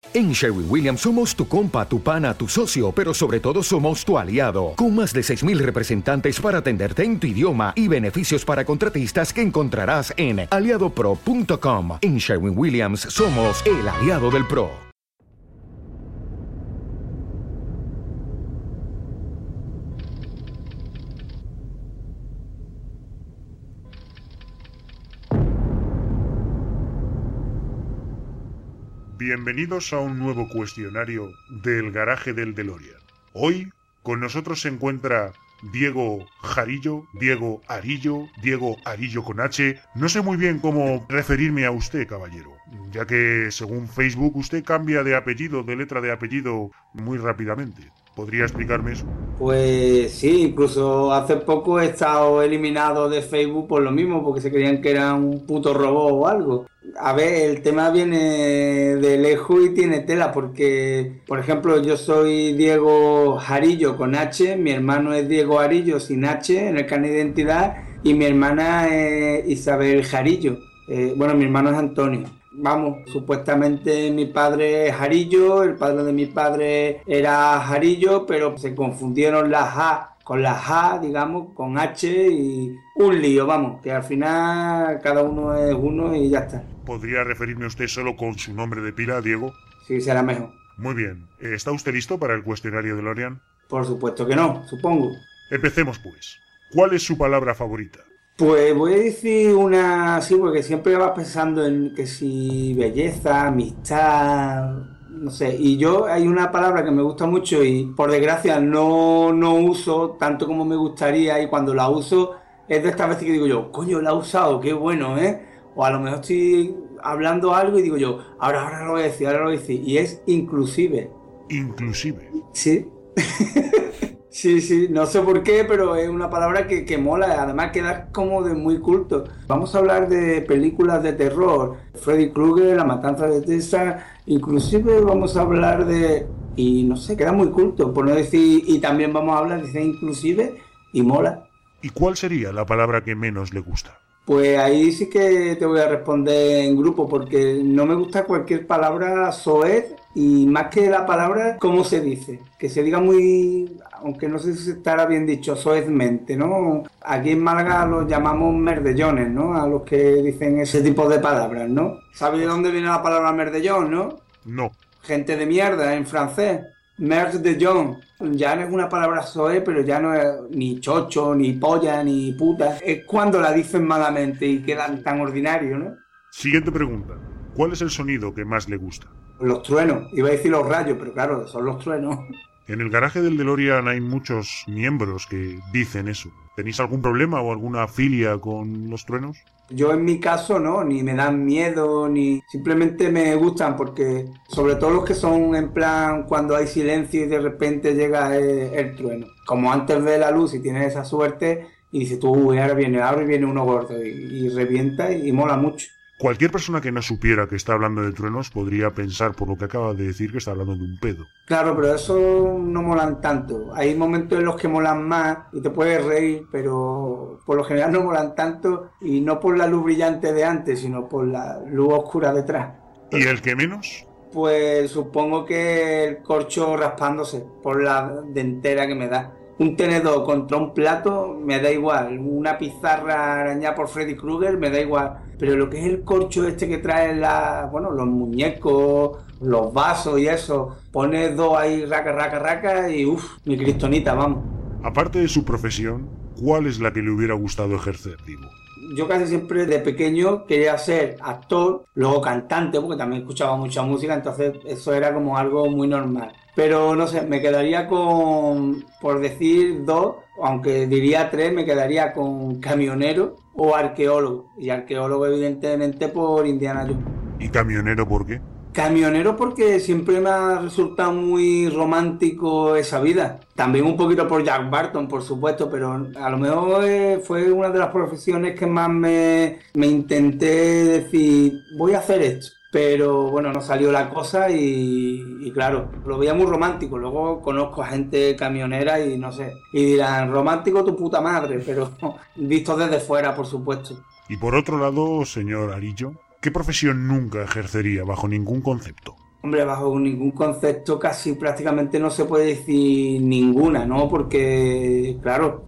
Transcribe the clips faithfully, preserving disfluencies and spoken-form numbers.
En Sherwin-Williams somos tu compa, tu pana, tu socio, pero sobre todo somos tu aliado, con más de seis mil representantes para atenderte en tu idioma y beneficios para contratistas que encontrarás en aliado pro punto com. En Sherwin-Williams somos el aliado del pro. Bienvenidos a un nuevo cuestionario del garaje del DeLorean. Hoy con nosotros se encuentra Diego Jarillo, Diego Arillo, Diego Arillo con H. No sé muy bien cómo referirme a usted, caballero, ya que según Facebook usted cambia de apellido, de letra de apellido muy rápidamente. ¿Podría explicarme eso? Pues sí, incluso hace poco he estado eliminado de Facebook por lo mismo, porque se creían que era un puto robot o algo. A ver, el tema viene de lejos y tiene tela, porque, por ejemplo, yo soy Diego Jarillo con H, mi hermano es Diego Arillo sin H en el carnet de identidad y mi hermana es Isabel Jarillo. Eh, bueno, mi hermano es Antonio. Vamos, supuestamente mi padre es Jarillo, el padre de mi padre era Jarillo, pero se confundieron las A con las A, digamos, con H y un lío, vamos, que al final cada uno es uno y ya está. ¿Podría referirme a usted solo con su nombre de pila, Diego? Sí, será mejor. Muy bien. ¿Está usted listo para el cuestionario DeLorean? Por supuesto que no, supongo. Empecemos, pues. ¿Cuál es su palabra favorita? Pues voy a decir una, sí, porque siempre vas pensando en que si belleza, amistad, no sé, y yo hay una palabra que me gusta mucho y por desgracia no, no uso tanto como me gustaría, y cuando la uso es de estas veces que digo yo, coño, la he usado, qué bueno, ¿eh? O a lo mejor estoy hablando algo y digo yo, ahora, ahora lo voy a decir, ahora lo voy a decir, y es inclusive. Inclusive. Sí. Sí, sí, no sé por qué, pero es una palabra que, que mola, además queda como de muy culto. Vamos a hablar de películas de terror, Freddy Krueger, La Matanza de Texas, inclusive vamos a hablar de... y no sé, queda muy culto, por no decir... y también vamos a hablar de inclusive y mola. ¿Y cuál sería la palabra que menos le gusta? Pues ahí sí que te voy a responder en grupo, porque no me gusta cualquier palabra soez, y más que la palabra, ¿cómo se dice? Que se diga muy, aunque no sé si estará bien dicho, soezmente, ¿no? Aquí en Málaga los llamamos merdellones, ¿no? A los que dicen ese tipo de palabras, ¿no? ¿Sabes de dónde viene la palabra merdellón, no? No. Gente de mierda en francés. Merde de John. Ya no es una palabra soez, pero ya no es ni chocho, ni polla, ni puta. Es cuando la dicen malamente y quedan tan ordinarios, ¿no? Siguiente pregunta. ¿Cuál es el sonido que más le gusta? Los truenos. Iba a decir los rayos, pero claro, son los truenos. En el garaje del DeLorean hay muchos miembros que dicen eso. ¿Tenéis algún problema o alguna filia con los truenos? Yo en mi caso no, ni me dan miedo, ni simplemente me gustan, porque sobre todo los que son en plan cuando hay silencio y de repente llega el, el trueno. Como antes ve la luz y tienes esa suerte y dices tú, uy, ahora viene, ahora viene uno gordo y, y revienta y, y mola mucho. Cualquier persona que no supiera que está hablando de truenos podría pensar por lo que acaba de decir que está hablando de un pedo. Claro, pero eso no molan tanto. Hay momentos en los que molan más y te puedes reír, pero por lo general no molan tanto, y no por la luz brillante de antes, sino por la luz oscura detrás. ¿Y el que menos? Pues supongo que el corcho raspándose por la dentera que me da. Un tenedor contra un plato me da igual, una pizarra arañada por Freddy Krueger me da igual, pero lo que es el corcho este que trae la, bueno, los muñecos, los vasos y eso, pones dos ahí raca, raca, raca y uff, mi cristonita, vamos. Aparte de su profesión, ¿cuál es la que le hubiera gustado ejercer, digo? Yo casi siempre de pequeño quería ser actor, luego cantante, porque también escuchaba mucha música, entonces eso era como algo muy normal. Pero no sé, me quedaría con, por decir dos, aunque diría tres, me quedaría con camionero o arqueólogo. Y arqueólogo evidentemente por Indiana Jones. ¿Y camionero por qué? Camionero porque siempre me ha resultado muy romántico esa vida. También un poquito por Jack Barton, por supuesto, pero a lo mejor eh, fue una de las profesiones que más me, me intenté decir, voy a hacer esto. Pero bueno, no salió la cosa y, y claro, lo veía muy romántico. Luego conozco a gente camionera y no sé, y dirán, romántico tu puta madre, pero visto desde fuera, por supuesto. Y por otro lado, señor Arillo, ¿qué profesión nunca ejercería bajo ningún concepto? Hombre, bajo ningún concepto casi prácticamente no se puede decir ninguna, ¿no? Porque, claro...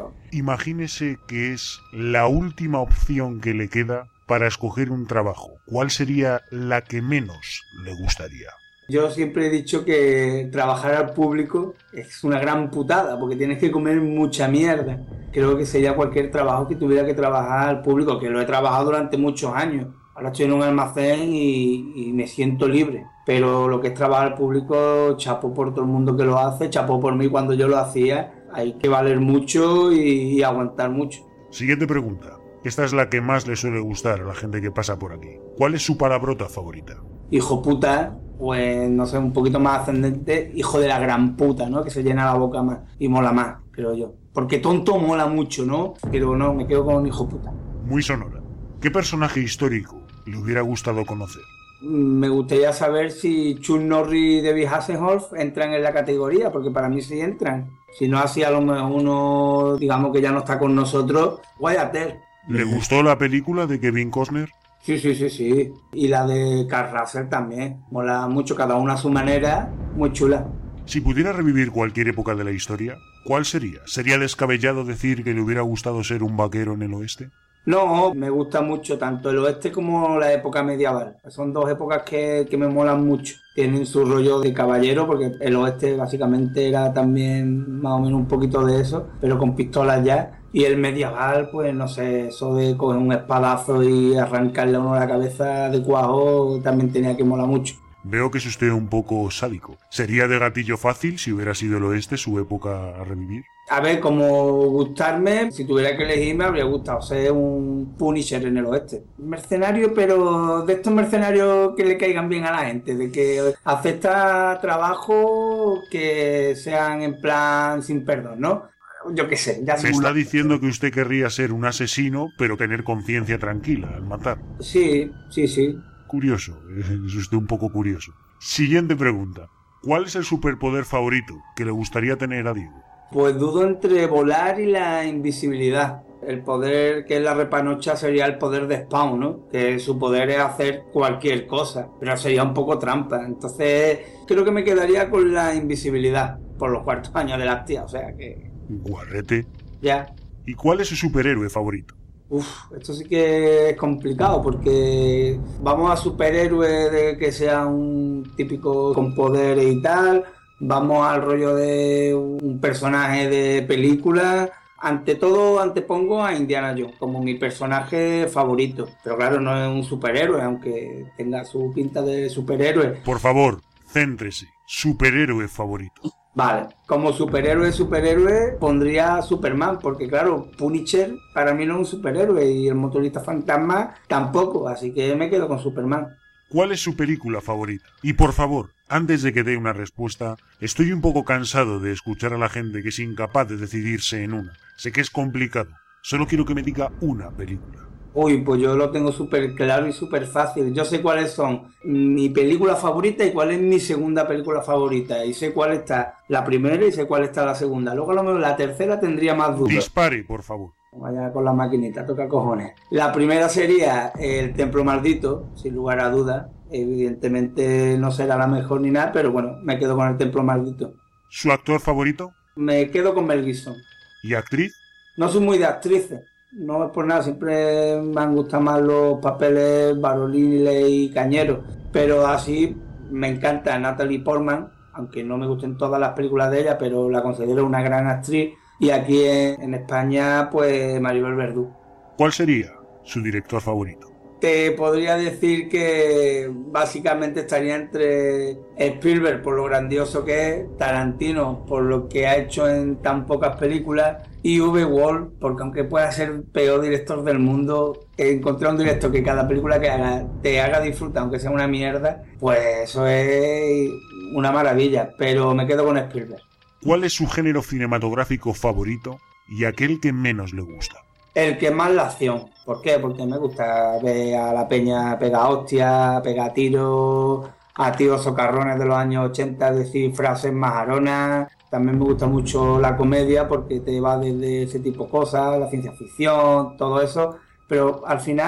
Imagínese que es la última opción que le queda para escoger un trabajo. ¿Cuál sería la que menos le gustaría? Yo siempre he dicho que trabajar al público es una gran putada, porque tienes que comer mucha mierda. Creo que sería cualquier trabajo que tuviera que trabajar al público, que lo he trabajado durante muchos años. Ahora estoy en un almacén y, y me siento libre. Pero lo que es trabajar al público, chapo por todo el mundo que lo hace, chapo por mí cuando yo lo hacía. Hay que valer mucho y, y aguantar mucho. Siguiente pregunta. Esta es la que más le suele gustar a la gente que pasa por aquí. ¿Cuál es su palabrota favorita? Hijo puta, pues no sé, un poquito más ascendente, hijo de la gran puta, ¿no? Que se llena la boca más y mola más, creo yo. Porque tonto mola mucho, ¿no? Pero no, me quedo con hijo puta. Muy sonora. ¿Qué personaje histórico le hubiera gustado conocer? Me gustaría saber si Chuck Norris y David Hasselhoff entran en la categoría, porque para mí sí entran. Si no, así a lo mejor uno, digamos que ya no está con nosotros, guáyate. ¿Le gustó la película de Kevin Costner? Sí, sí, sí, sí. Y la de Kurt Russell también. Mola mucho, cada una a su manera, muy chula. Si pudiera revivir cualquier época de la historia, ¿cuál sería? ¿Sería descabellado decir que le hubiera gustado ser un vaquero en el oeste? No, me gusta mucho tanto el oeste como la época medieval. Son dos épocas que, que me molan mucho. Tienen su rollo de caballero, porque el oeste básicamente era también más o menos un poquito de eso, pero con pistolas ya. Y el medieval, pues no sé, eso de coger un espadazo y arrancarle a uno la cabeza de cuajo también tenía que molar mucho. Veo que es usted un poco sádico. ¿Sería de gatillo fácil si hubiera sido el oeste su época a revivir? A ver, como gustarme, si tuviera que elegir me habría gustado ser un Punisher en el oeste. Mercenario, pero de estos mercenarios que le caigan bien a la gente, de que acepta trabajo que sean en plan sin perdón, ¿no? Yo qué sé. Ya se está diciendo que usted querría ser un asesino, pero tener conciencia tranquila al matar. Sí, sí, sí. Curioso, es usted un poco curioso. Siguiente pregunta. ¿Cuál es el superpoder favorito que le gustaría tener a Diego? Pues dudo entre volar y la invisibilidad. El poder que es la repanocha sería el poder de Spawn, ¿no? Que su poder es hacer cualquier cosa, pero sería un poco trampa. Entonces creo que me quedaría con la invisibilidad por los cuartos años de la tía, o sea que... Guarrete. Ya. ¿Y cuál es su superhéroe favorito? Uf, esto sí que es complicado porque vamos a superhéroes de que sea un típico con poderes y tal, vamos al rollo de un personaje de película. Ante todo antepongo a Indiana Jones como mi personaje favorito, pero claro, no es un superhéroe, aunque tenga su pinta de superhéroe. Por favor, céntrese. Superhéroe favorito. Vale, como superhéroe, superhéroe, pondría a Superman, porque claro, Punisher para mí no es un superhéroe y el motorista fantasma tampoco, así que me quedo con Superman. ¿Cuál es su película favorita? Y por favor, antes de que dé una respuesta, estoy un poco cansado de escuchar a la gente que es incapaz de decidirse en una. Sé que es complicado, solo quiero que me diga una película. Uy, pues yo lo tengo súper claro y súper fácil. Yo sé cuáles son mi película favorita y cuál es mi segunda película favorita. Y sé cuál está la primera y sé cuál está la segunda. Luego a lo mejor la tercera tendría más dudas. Dispare, por favor. Vaya con la maquinita, toca cojones. La primera sería El Templo Maldito, sin lugar a dudas. Evidentemente no será la mejor ni nada, pero bueno, me quedo con El Templo Maldito. ¿Su actor favorito? Me quedo con Mel Gibson. ¿Y actriz? No soy muy de actrices. No es por nada, siempre me han gustado más los papeles varoniles y cañeros, pero así me encanta Natalie Portman, aunque no me gusten todas las películas de ella, pero la considero una gran actriz, y aquí en, en España, pues Maribel Verdú. ¿Cuál sería su director favorito? Te podría decir que básicamente estaría entre Spielberg por lo grandioso que es, Tarantino por lo que ha hecho en tan pocas películas y Uwe Boll porque aunque pueda ser el peor director del mundo, encontrar un director que cada película que haga te haga disfrutar aunque sea una mierda, pues eso es una maravilla, pero me quedo con Spielberg. ¿Cuál es su género cinematográfico favorito y aquel que menos le gusta? El que más la acción. ¿Por qué? Porque me gusta ver a la peña pegar hostias, pegar tiros, a tíos socarrones de los años ochenta decir frases majaronas. También me gusta mucho la comedia porque te va desde ese tipo de cosas, la ciencia ficción, todo eso. Pero al final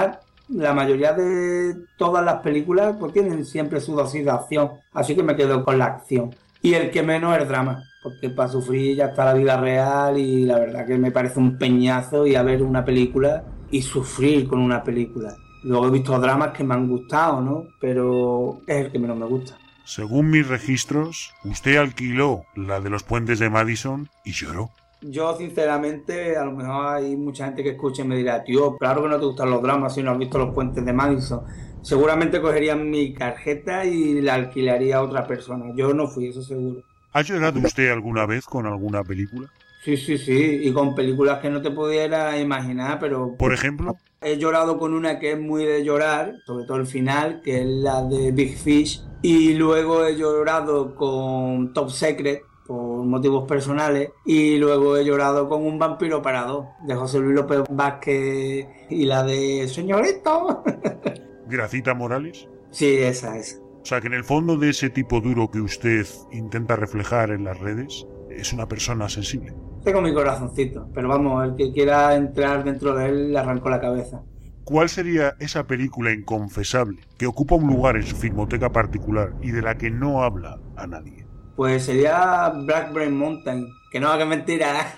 la mayoría de todas las películas pues tienen siempre su dosis de acción, así que me quedo con la acción. Y el que menos es el drama, porque para sufrir ya está la vida real y la verdad que me parece un peñazo ir a ver una película y sufrir con una película. Luego he visto dramas que me han gustado, ¿no? Pero es el que menos me gusta. Según mis registros, usted alquiló la de los puentes de Madison y lloró. Yo, sinceramente, a lo mejor hay mucha gente que escuche y me dirá, tío, claro que no te gustan los dramas si no has visto los puentes de Madison. Seguramente cogería mi tarjeta y la alquilaría a otra persona. Yo no fui, eso seguro. ¿Ha llorado usted alguna vez con alguna película? Sí, sí, sí, y con películas que no te pudiera imaginar, pero... ¿Por ejemplo? He llorado con una que es muy de llorar, sobre todo el final, que es la de Big Fish, y luego he llorado con Top Secret, por motivos personales, y luego he llorado con Un vampiro para dos, de José Luis López Vázquez, y la de Señorito. ¿Gracita Morales? Sí, esa, esa. O sea, que en el fondo de ese tipo duro que usted intenta reflejar en las redes, es una persona sensible. Tengo mi corazoncito, pero vamos, el que quiera entrar dentro de él le arranco la cabeza. ¿Cuál sería esa película inconfesable que ocupa un lugar en su filmoteca particular y de la que no habla a nadie? Pues sería Black Brain Mountain, que no, que mentira.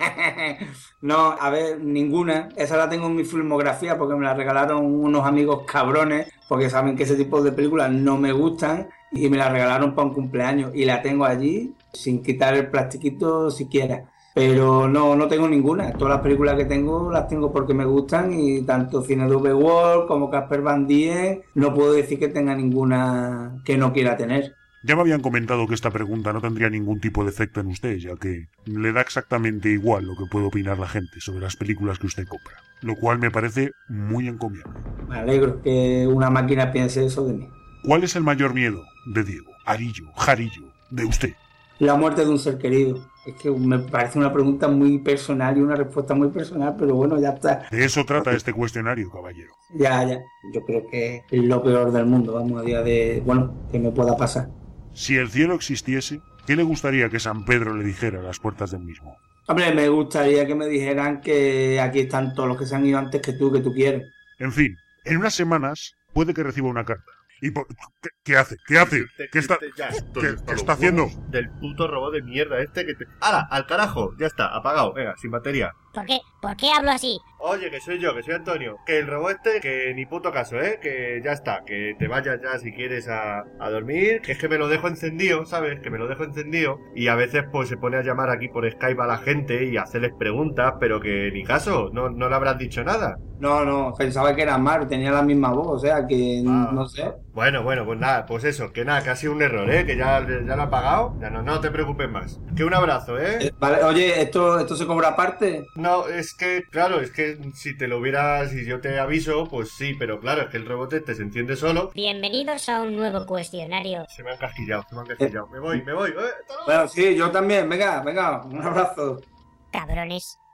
No, a ver, ninguna. Esa la tengo en mi filmografía porque me la regalaron unos amigos cabrones, porque saben que ese tipo de películas no me gustan y me la regalaron para un cumpleaños y la tengo allí sin quitar el plastiquito siquiera. Pero no, no tengo ninguna. Todas las películas que tengo las tengo porque me gustan y tanto Cine de V World como Casper Van Dien no puedo decir que tenga ninguna que no quiera tener. Ya me habían comentado que esta pregunta no tendría ningún tipo de efecto en usted, ya que le da exactamente igual lo que puede opinar la gente sobre las películas que usted compra, lo cual me parece muy encomiable. Me alegro que una máquina piense eso de mí. ¿Cuál es el mayor miedo de Diego, Arillo, Jarillo, de usted? La muerte de un ser querido. Es que me parece una pregunta muy personal y una respuesta muy personal, pero bueno, ya está. De eso trata este cuestionario, caballero. Ya, ya. Yo creo que es lo peor del mundo, vamos, a día de... Bueno, que me pueda pasar. Si el cielo existiese, ¿qué le gustaría que San Pedro le dijera a las puertas del mismo? Hombre, me gustaría que me dijeran que aquí están todos los que se han ido antes que tú, que tú quieres. En fin, en unas semanas puede que reciba una carta. ¿Y por... ¿Qué, qué hace? ¿Qué hace? ¿Qué está, ¿qué, ¿qué está haciendo? Del puto robot de mierda este que te... ¡Hala! ¡Al carajo! Ya está, apagado. Venga, sin batería. ¿Por qué? ¿Por qué hablo así? Oye, que soy yo, que soy Antonio. Que el robot este, que ni puto caso, ¿eh? Que ya está, que te vayas ya si quieres a, a dormir. Que es que me lo dejo encendido, ¿sabes? Que me lo dejo encendido. Y a veces pues se pone a llamar aquí por Skype a la gente y a hacerles preguntas, pero que ni caso, no, no le habrás dicho nada. No, no, pensaba que era Mar, tenía la misma voz, o sea que ah, no sé. Bueno, bueno, pues nada, pues eso, que nada, que ha sido un error, ¿eh? Que ya, ya lo ha pagado. Ya no, no te preocupes más. Que un abrazo, ¿eh? eh vale, oye, ¿esto, ¿esto se cobra aparte? No, es que, claro, es que si te lo hubieras, si yo te aviso, pues sí, pero claro, es que el robot este se enciende solo. Bienvenidos a un nuevo cuestionario. Se me han casquillado, se me han casquillado. Eh. Me voy, me voy. ¿Eh? Bueno, sí, yo también, venga, venga, un abrazo. Cabrones.